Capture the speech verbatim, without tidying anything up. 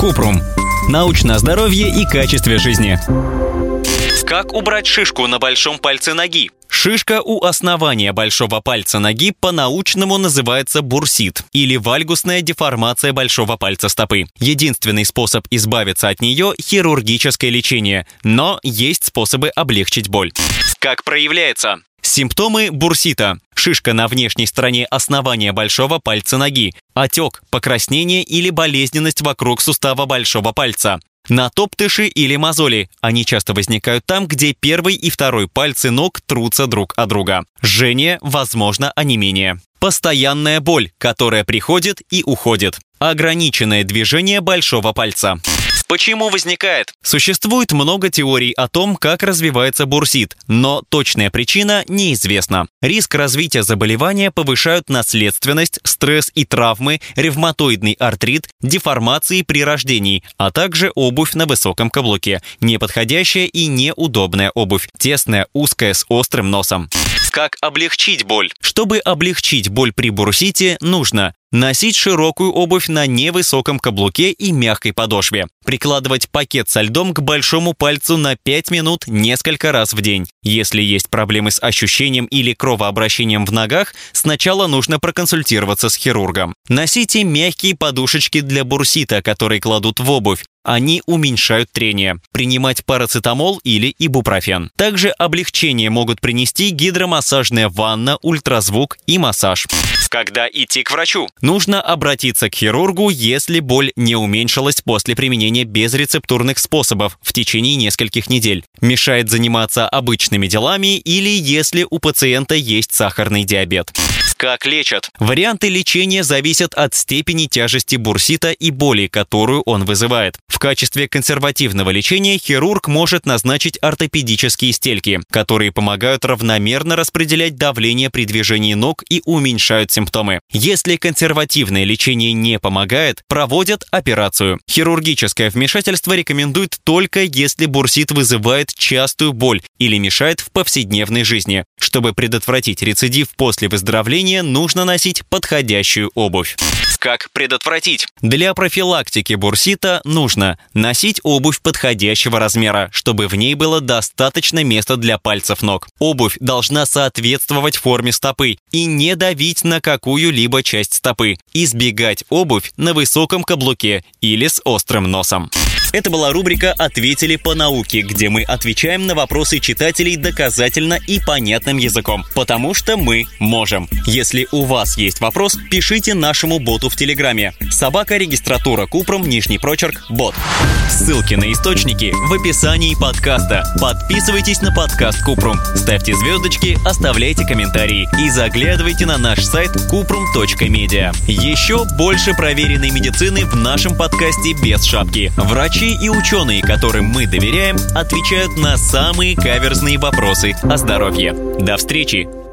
Купрум. Научное здоровье и качестве жизни. Как убрать шишку на большом пальце ноги? Шишка у основания большого пальца ноги по-научному называется бурсит или вальгусная деформация большого пальца стопы. Единственный способ избавиться от нее – хирургическое лечение, но есть способы облегчить боль. Как проявляется? Симптомы бурсита. Шишка на внешней стороне основания большого пальца ноги, отек, покраснение или болезненность вокруг сустава большого пальца. Натоптыши или мозоли. Они часто возникают там, где первый и второй пальцы ног трутся друг о друга. Жжение, возможно, онемение. Постоянная боль, которая приходит и уходит. Ограниченное движение большого пальца. Почему возникает? Существует много теорий о том, как развивается бурсит, но точная причина неизвестна. Риск развития заболевания повышают наследственность, стресс и травмы, ревматоидный артрит, деформации при рождении, а также обувь на высоком каблуке, неподходящая и неудобная обувь, тесная, узкая, с острым носом. Как облегчить боль? Чтобы облегчить боль при бурсите, нужно носить широкую обувь на невысоком каблуке и мягкой подошве. Прикладывать пакет со льдом к большому пальцу на пять минут несколько раз в день. Если есть проблемы с ощущением или кровообращением в ногах, сначала нужно проконсультироваться с хирургом. Носите мягкие подушечки для бурсита, которые кладут в обувь. Они уменьшают трение. Принимать парацетамол или ибупрофен. Также облегчение могут принести гидромассажная ванна, ультразвук и массаж. Когда идти к врачу? Нужно обратиться к хирургу, если боль не уменьшилась после применения безрецептурных способов в течение нескольких недель, мешает заниматься обычными делами или если у пациента есть сахарный диабет. Как лечат? Варианты лечения зависят от степени тяжести бурсита и боли, которую он вызывает. В качестве консервативного лечения хирург может назначить ортопедические стельки, которые помогают равномерно распределять давление при движении ног и уменьшают симптомы. Если консервативное лечение не помогает, проводят операцию. Хирургическое вмешательство рекомендуют только если бурсит вызывает частую боль или мешает в повседневной жизни. Чтобы предотвратить рецидив после выздоровления, нужно носить подходящую обувь. Как предотвратить? Для профилактики бурсита нужно носить обувь подходящего размера, чтобы в ней было достаточно места для пальцев ног. Обувь должна соответствовать форме стопы и не давить на какую-либо часть стопы. Избегать обувь на высоком каблуке или с острым носом. Это была рубрика «Ответили по науке», где мы отвечаем на вопросы читателей доказательно и понятным языком, потому что мы можем. Если у вас есть вопрос, пишите нашему боту в Телеграме. Собака регистратура Купрум, нижний прочерк, бот. Ссылки на источники в описании подкаста. Подписывайтесь на подкаст Купрум, ставьте звездочки, оставляйте комментарии и заглядывайте на наш сайт купрум точка медиа. Еще больше проверенной медицины в нашем подкасте без шапки. Врачи и ученые, которым мы доверяем, отвечают на самые каверзные вопросы о здоровье. До встречи!